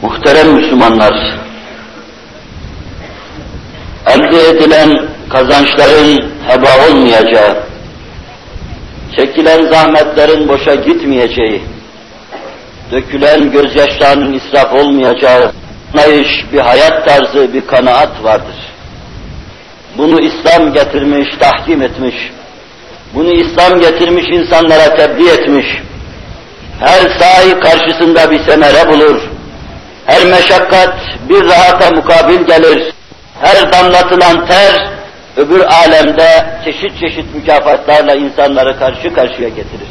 Muhterem Müslümanlar, elde edilen kazançların heba olmayacağı, çekilen zahmetlerin boşa gitmeyeceği, dökülen gözyaşlarının israf olmayacağı bir hayat tarzı, bir kanaat vardır. Bunu İslam getirmiş, tahkim etmiş, bunu İslam getirmiş, insanlara tebliğ etmiş. Her sahi karşısında bir semere bulur, her meşakkat bir rahata mukabil gelir, her damlatılan ter, öbür alemde çeşit çeşit mükafatlarla insanları karşı karşıya getirir.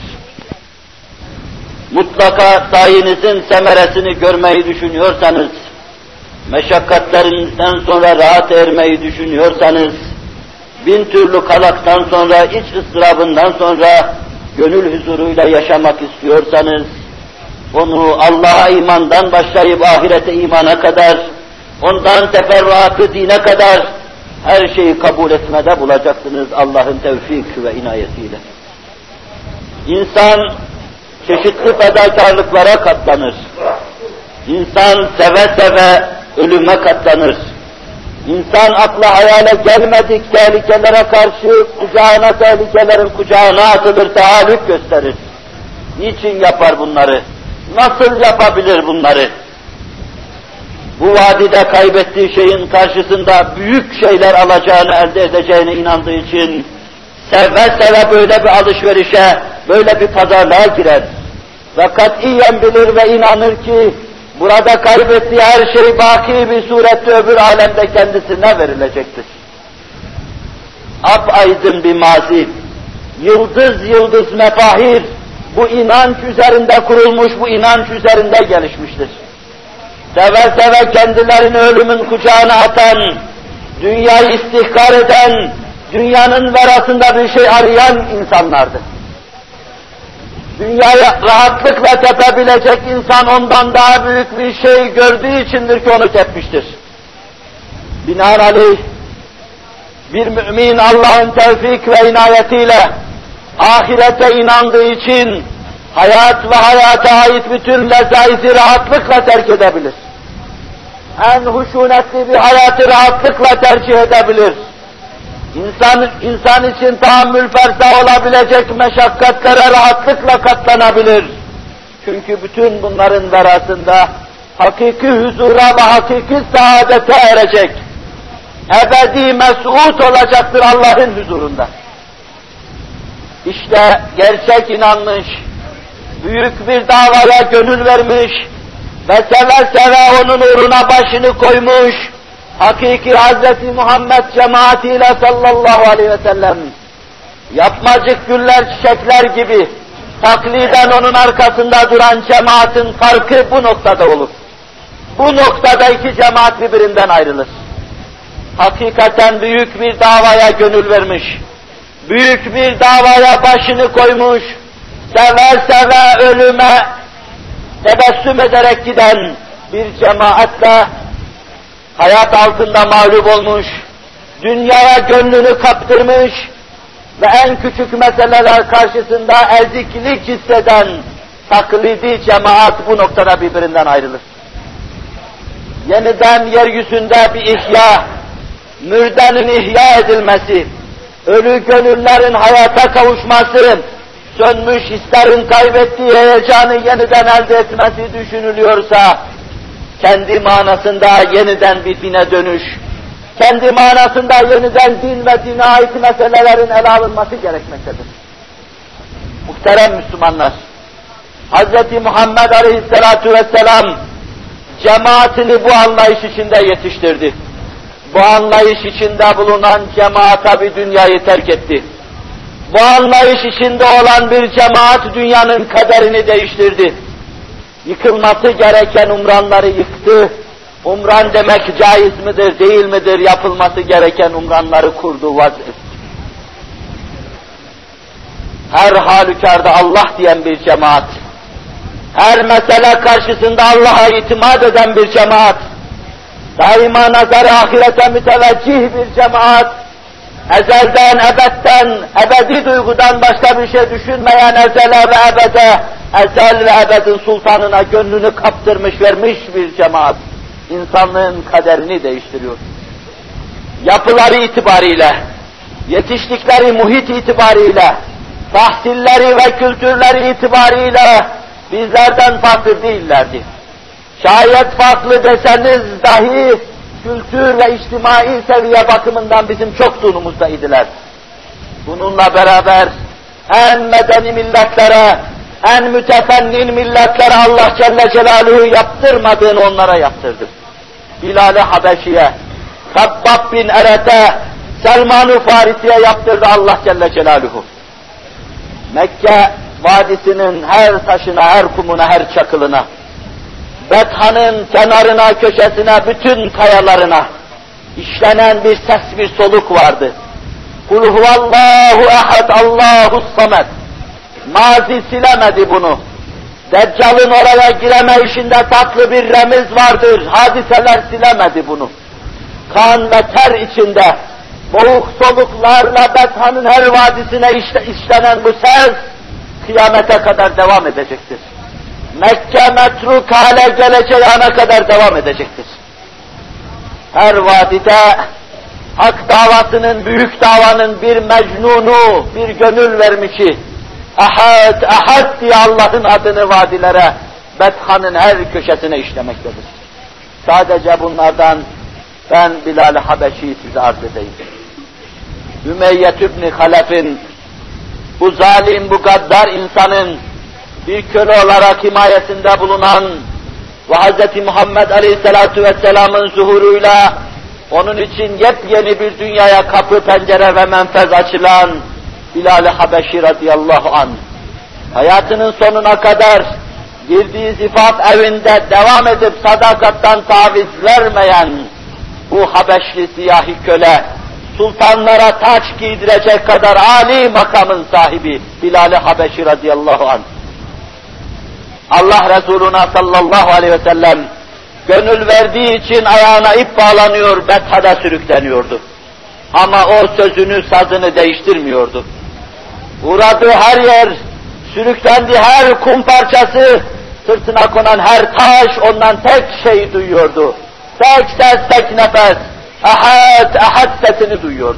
Mutlaka sayinizin semeresini görmeyi düşünüyorsanız, meşakkatlerinizden sonra rahat ermeyi düşünüyorsanız, bin türlü kalaktan sonra, iç ıstırabından sonra gönül huzuruyla yaşamak istiyorsanız, onu Allah'a imandan başlayıp ahirete imana kadar, ondan teferruatı dine kadar her şeyi kabul etmede bulacaksınız Allah'ın tevfik ve inayetiyle. İnsan çeşitli fedakarlıklara katlanır. İnsan seve seve ölüme katlanır. İnsan akla hayale gelmedik tehlikelere karşı tehlikelerin kucağına atılır, tahallük gösterir. Niçin yapar bunları? Nasıl yapabilir bunları? Bu vadide kaybettiği şeyin karşısında büyük şeyler alacağını, elde edeceğine inandığı için seve seve böyle bir alışverişe, böyle bir pazarlığa girer. Ve katiyen bilir ve inanır ki burada kaybettiği her şey baki bir surette öbür alemde kendisine verilecektir. Apaydın bir mazi, yıldız yıldız mefahir, bu inanç üzerinde kurulmuş, bu inanç üzerinde gelişmiştir. Seve seve kendilerini ölümün kucağına atan, dünyayı istihkar eden, dünyanın verasında bir şey arayan insanlardı. Dünyaya rahatlıkla tepebilecek insan ondan daha büyük bir şey gördüğü içindir ki onu tepmiştir. Binaenaleyh bir mümin Allah'ın tevfik ve inayetiyle ahirete inandığı için hayat ve hayata ait bütün lezaizi rahatlıkla terk edebilir. En huşunetli bir hayatı rahatlıkla tercih edebilir. İnsan için tahammül fersa olabilecek meşakkatlere rahatlıkla katlanabilir. Çünkü bütün bunların verasında hakiki huzura ve hakiki saadete erecek, ebedi mes'ud olacaktır Allah'ın huzurunda. İşte gerçek inanmış, büyük bir davaya gönül vermiş ve seve seve onun uğruna başını koymuş, hakiki Hazreti Muhammed cemaatiyle sallallahu aleyhi ve sellem, yapmacık güller, çiçekler gibi takliden onun arkasında duran cemaatin farkı bu noktada olur. Bu noktada iki cemaat birbirinden ayrılır. Hakikaten büyük bir davaya gönül vermiş, büyük bir davaya başını koymuş, seve seve ölüme tebessüm ederek giden bir cemaatle hayat altında mağlup olmuş, dünyaya gönlünü kaptırmış ve en küçük meseleler karşısında eziklik hisseden taklidi cemaat bu noktada birbirinden ayrılır. Yeniden yeryüzünde bir ihya, mürdenin ihya edilmesi, ölü gönüllerin hayata kavuşması, sönmüş hislerin kaybettiği heyecanı yeniden elde etmesi düşünülüyorsa, kendi manasında yeniden bir dine dönüş, kendi manasında yeniden din ve dine ait meselelerin ele alınması gerekmektedir. Muhterem Müslümanlar, Hz. Muhammed Aleyhisselatu Vesselam cemaatini bu anlayış içinde yetiştirdi. Bu anlayış içinde bulunan cemaat tabi dünyayı terk etti. Bu anlayış içinde olan bir cemaat dünyanın kaderini değiştirdi. Yıkılması gereken umranları yıktı. Umran demek caiz midir, değil midir? Yapılması gereken umranları kurdu, vazetti. Her halükarda Allah diyen bir cemaat, her mesele karşısında Allah'a itimat eden bir cemaat, daima nazarı ahirete müteveccih bir cemaat, ezelden, ebedden, ebedi duygudan başka bir şey düşünmeyen ezele ve ebede ezel ve ebedin sultanına gönlünü kaptırmış vermiş bir cemaat, insanlığın kaderini değiştiriyor. Yapıları itibariyle, yetiştikleri muhit itibariyle, tahsilleri ve kültürleri itibariyle bizlerden farklı değillerdi. Şayet farklı deseniz dahi kültür ve içtimai seviye bakımından bizim çok durumuzdaydılar. Bununla beraber en medeni milletlere, en mütefennin milletlere Allah Celle Celaluhu yaptırmadığını onlara yaptırdı. Bilal-i Habeşi'ye, Habbab bin Eret'e, Selman-ı Farisi'ye yaptırdı Allah Celle Celaluhu. Mekke vadisinin her taşına, her kumuna, her çakılına, Bethan'ın kenarına, köşesine, bütün kayalarına işlenen bir ses, bir soluk vardı. Kul huvallahu ehad, Allahu samed. Mazi silemedi bunu. Deccal'ın oraya giremeyişinde tatlı bir remiz vardır. Hadiseler silemedi bunu. Kan ve ter içinde, boğuk soluklarla Bethan'ın her vadisine işlenen bu ses, kıyamete kadar devam edecektir. Mekke metruk hale geleceği ana kadar devam edecektir. Her vadide hak davasının, büyük davanın bir mecnunu, bir gönül vermişi, Ahad, Ahad diye Allah'ın adını vadilere, Bethan'ın her köşesine işlemektedir. Sadece bunlardan ben Bilal-i Habeşi'yi size arz edeyim. Ümeyye İbni Halef'in, bu zalim, bu gaddar insanın bir köle olarak himayesinde bulunan ve Hz. Muhammed Aleyhisselatü Vesselam'ın zuhuruyla onun için yepyeni bir dünyaya kapı, pencere ve menfez açılan Bilal-i Habeşi radıyallahu anh, hayatının sonuna kadar girdiği zifaf evinde devam edip sadakattan taviz vermeyen bu Habeşli siyahi köle, sultanlara taç giydirecek kadar âli makamın sahibi Bilal-i Habeşi radıyallahu anh. Allah Resuluna sallallahu aleyhi ve sellem gönül verdiği için ayağına ip bağlanıyor, Betha'da sürükleniyordu. Ama o sözünü, sazını değiştirmiyordu. Uğradığı her yer, sürüklendiği her kum parçası, sırtına konan her taş ondan tek şey duyuyordu. Tek ses, tek nefes, ahad, ahad sesini duyuyordu.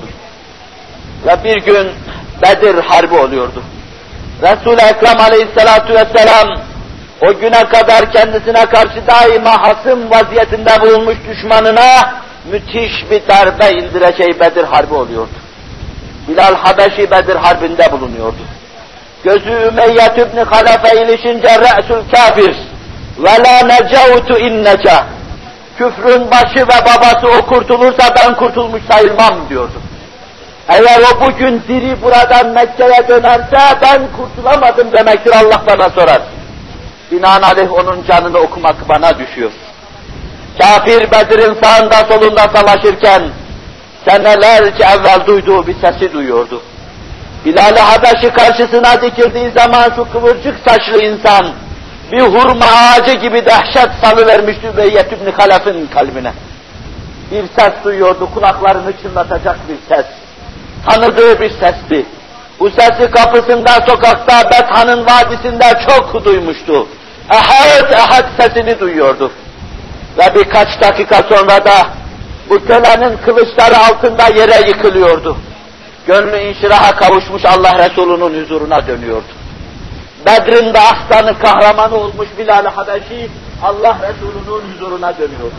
Ve bir gün Bedir Harbi oluyordu. Resul-i Ekrem Aleyhisselatü Vesselam o güne kadar kendisine karşı daima hasım vaziyetinde bulunmuş düşmanına müthiş bir darbe indireceği Bedir Harbi oluyordu. Bilal Habeşi Bedir Harbi'nde bulunuyordu. Gözü Ümeyye İbni Halef'e ilişince re'sul kafir ve la necautu inneca. Küfrün başı ve babası o kurtulursa ben kurtulmuş sayılmam diyordu. Eğer o bugün diri buradan Mekke'ye dönerse ben kurtulamadım demektir, Allah bana sorar. Binaenaleyh onun canını okumak bana düşüyor. Kafir Bedir'in sağında solunda savaşırken senelerce evvel duyduğu bir sesi duyuyordu. Bilal-i Habeşi karşısına dikildiği zaman şu kıvırcık saçlı insan bir hurma ağacı gibi dehşet salıvermişti Ümeyye İbni Halef'in kalbine. Bir ses duyuyordu, kulaklarını çınlatacak bir ses. Tanıdığı bir sesti. Bu sesi kapısında, sokakta, Bethan'ın vadisinde çok duymuştu. Ahad, ahad sesini duyuyordu. Ve birkaç dakika sonra da bu kölenin kılıçları altında yere yıkılıyordu. Gönlü inşiraha kavuşmuş Allah Resulü'nün huzuruna dönüyordu. Bedir'in de aslanı, kahramanı olmuş Bilal-i Habeşi Allah Resulü'nün huzuruna dönüyordu.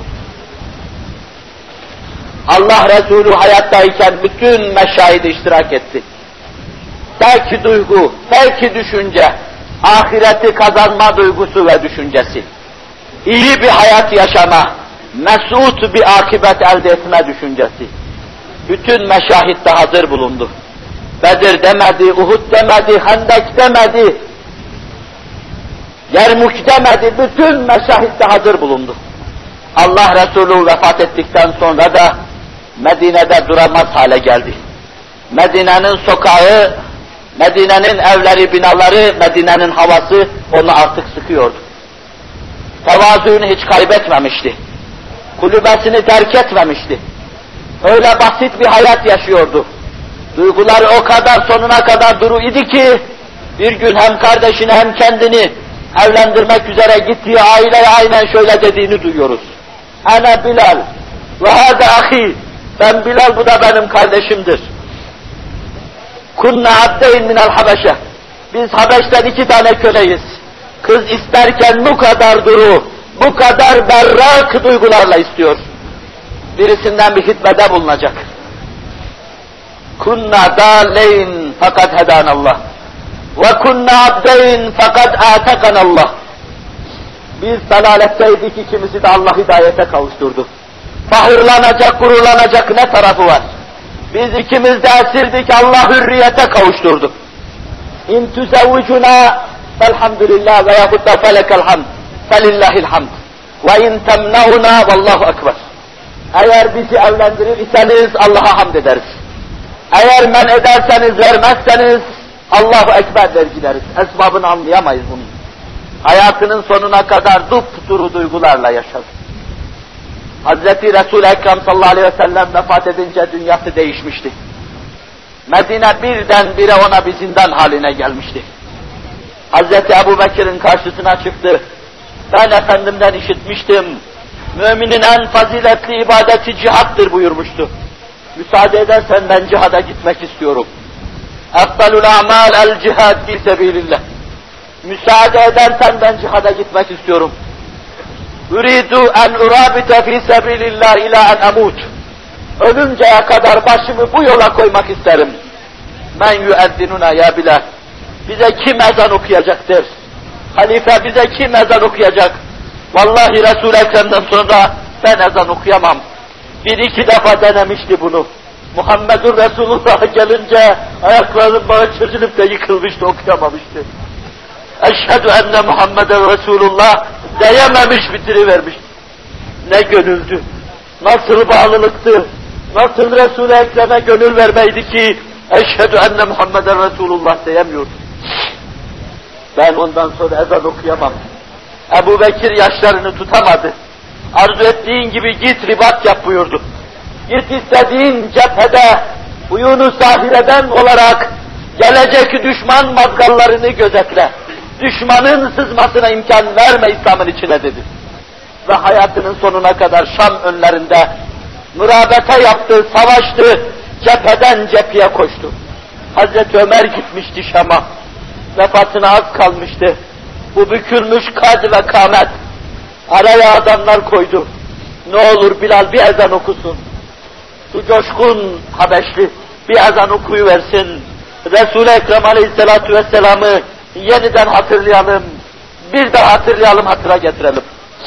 Allah Resulü hayattayken bütün meşahide iştirak etti. Tek duygu, tek düşünce, ahireti kazanma duygusu ve düşüncesi. İyi bir hayat yaşama, mesut bir akibet elde etme düşüncesi. Bütün meşahitte hazır bulundu. Bedir demedi, Uhud demedi, Hendek demedi, Yermuk demedi, bütün meşahitte hazır bulundu. Allah Resulü vefat ettikten sonra da Medine'de duramaz hale geldi. Medine'nin sokağı, Medine'nin evleri, binaları, Medine'nin havası onu artık sıkıyordu. Tevazuunu hiç kaybetmemişti. Kulübesini terk etmemişti. Öyle basit bir hayat yaşıyordu. Duyguları o kadar sonuna kadar duru idi ki, bir gün hem kardeşini hem kendini evlendirmek üzere gittiği aileye aynen şöyle dediğini duyuyoruz. Ana Bilal ve hâze ahi, ben Bilal, bu da benim kardeşimdir. Kunna abdeyn minel Habeşe, biz Habeş'ten 2 tane köleyiz. Kız isterken bu kadar duru, bu kadar berrak duygularla istiyor. Birisinden bir hitmede bulunacak. Kunna dâleyn fakat hedanallah. Ve kunna abdeyn fakat âtekanallah. Biz dalaletteydik, ikimizi de Allah hidayete kavuşturdu. Fahırlanacak, gururlanacak ne tarafı var? Biz ikimiz de esirdik, Allah hürriyete kavuşturdu. İn tuzevvicuna felhamdülillah ve yahut da felekel hamd, felillahil hamd. Ve in temneuna vallahu ekber. Eğer bizi evlendirir iseniz Allah'a hamd ederiz. Eğer men ederseniz, vermezseniz Allahu ekber der gideriz. Esbabını anlayamayız bunun. Hayatının sonuna kadar dupduru duygularla yaşadı. Hazreti Resul-i Ekrem sallallahu aleyhi ve sellem vefat edince dünyası değişmişti. Medine birdenbire ona bir zindan haline gelmişti. Hazreti Ebu Bekir'in karşısına çıktı. Ben Efendimden işitmiştim. Müminin en faziletli ibadeti cihattır buyurmuştu. Müsaade edersen ben cihada gitmek istiyorum. Efdalul a'mal el cihad fi sebilillah. Müsaade edersen ben cihada gitmek istiyorum. Uridu en urabite fi sebilillah ila en amut. Ölünceye kadar başımı bu yola koymak isterim. Men yueddinuna ya Bilal. Bize kim ezan okuyacaktır? Halife bize kim ezan okuyacak? Vallahi Resul-i Ekrem'den sonra ben ezan okuyamam. 1-2 defa denemişti bunu. Muhammedur Resulullah gelince ayaklarının bağı çözülüp de yıkılmıştı, okuyamamıştı. Eşhedü enne Muhammeden Resulullah diyememiş, bitirivermiş. Ne gönüldü, nasıl bağlılıktı, nasıl Resul-i Ekrem'e gönül vermeydi ki eşhedü enne Muhammeden Resulullah diyemiyordu. Ben ondan sonra ezan okuyamam. Ebu Bekir yaşlarını tutamadı. Arzu ettiğin gibi git ribat yap buyurdu. Git istediğin cephede uyunu sahireden olarak gelecek düşman mazgallarını gözetle. Düşmanın sızmasına imkan verme İslam'ın içine dedi. Ve hayatının sonuna kadar Şam önlerinde mürabete yaptı, savaştı, cepheden cepheye koştu. Hazreti Ömer gitmişti Şam'a. Vefatına az kalmıştı. Bu bükülmüş kad ve kâmet. Araya adamlar koydu. Ne olur Bilal bir ezan okusun. Şu coşkun Habeşli bir ezan okuyuversin. Resul-i Ekrem Aleyhisselatü Vesselam'ı yeniden hatırlayalım. Bir daha hatırlayalım, hatıra getirelim.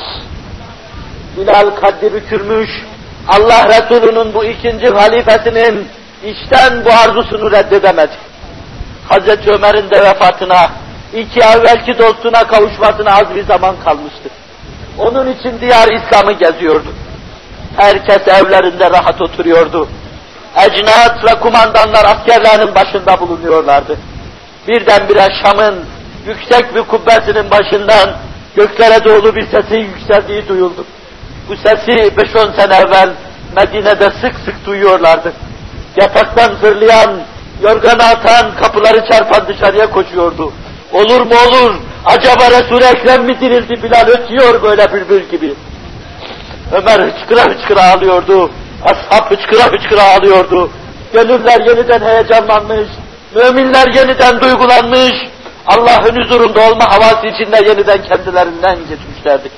Bilal kaddi bükülmüş. Allah Resulü'nün bu 2. halifesinin içten bu arzusunu reddedemedi. Hazreti Ömer'in de vefatına, 2 evvelki dostuna kavuşmasına az bir zaman kalmıştı. Onun için diyar İslam'ı geziyordu. Herkes evlerinde rahat oturuyordu. Ecnat ve kumandanlar askerlerinin başında bulunuyorlardı. Birdenbire Şam'ın yüksek bir kubbesinin başından göklere doğru bir sesin yükseldiği duyuldu. Bu sesi 5-10 sene evvel Medine'de sık sık duyuyorlardı. Yataktan fırlayan, yorganı atan, kapıları çarpan dışarıya koşuyordu. Olur mu olur, acaba Resul-i Ekrem mi dirildi? Bilal ötüyor böyle bülbül gibi. Ömer hıçkıra hıçkıra ağlıyordu, ashab hıçkıra hıçkıra ağlıyordu. Gönüller yeniden heyecanlanmış, müminler yeniden duygulanmış, Allah'ın huzurunda olma havası içinde yeniden kendilerinden geçmişlerdi.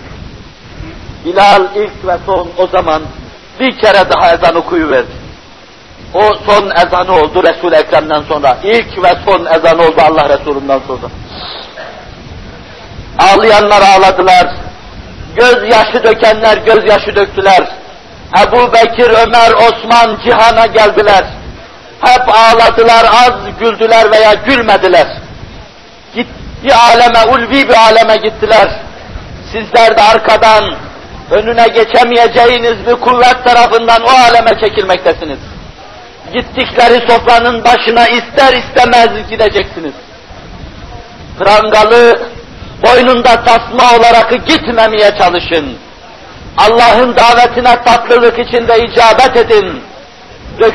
Bilal ilk ve son o zaman bir kere daha ezan okuyuverdi. O son ezanı oldu Resul-i Ekrem'den sonra. İlk ve son ezanı oldu Allah Resulü'nden sonra. Ağlayanlar ağladılar. Gözyaşı dökenler gözyaşı döktüler. Ebu Bekir, Ömer, Osman cihana geldiler. Hep ağladılar, az güldüler veya gülmediler. Bir aleme, ulvi bir aleme gittiler. Sizler de arkadan, önüne geçemeyeceğiniz bir kuvvet tarafından o aleme çekilmektesiniz. Gittikleri sofranın başına ister istemez gideceksiniz. Prangalı, boynunda tasma olarak gitmemeye çalışın. Allah'ın davetine tatlılık içinde icabet edin.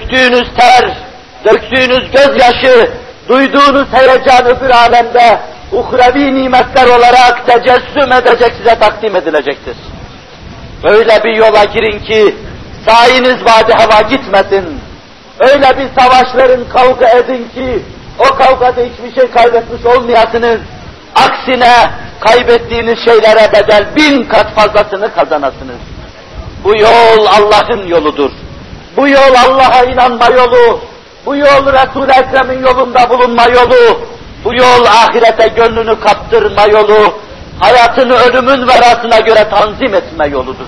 Döktüğünüz ter, döktüğünüz gözyaşı, duyduğunuz heyecan öbür alemde uhrevi nimetler olarak tecessüm edecek, size takdim edilecektir. Öyle bir yola girin ki sayeniz vadi hava gitmesin. Öyle bir savaş verin, kavga edin ki o kavgada hiçbir şey kaybetmiş olmayasınız. Aksine kaybettiğiniz şeylere bedel 1000 kat fazlasını kazanasınız. Bu yol Allah'ın yoludur. Bu yol Allah'a inanma yolu. Bu yol Resul-i Ekrem'in yolunda bulunma yolu. Bu yol ahirete gönlünü kaptırma yolu. Hayatını ölümün verasına göre tanzim etme yoludur.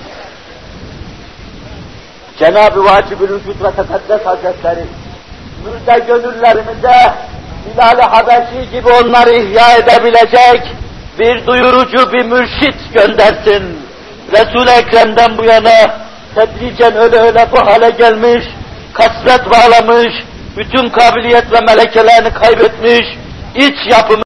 Cenab-ı Vacib-ül Vücud ve Tekaddes Hazretleri mürde gönüllerimize Bilal-i Habeşi gibi onları ihya edebilecek bir duyurucu, bir mürşit göndersin. Resul-i Ekrem'den bu yana tedricen öyle bu hale gelmiş, kasvet bağlamış, bütün kabiliyet ve melekelerini kaybetmiş, iç yapımı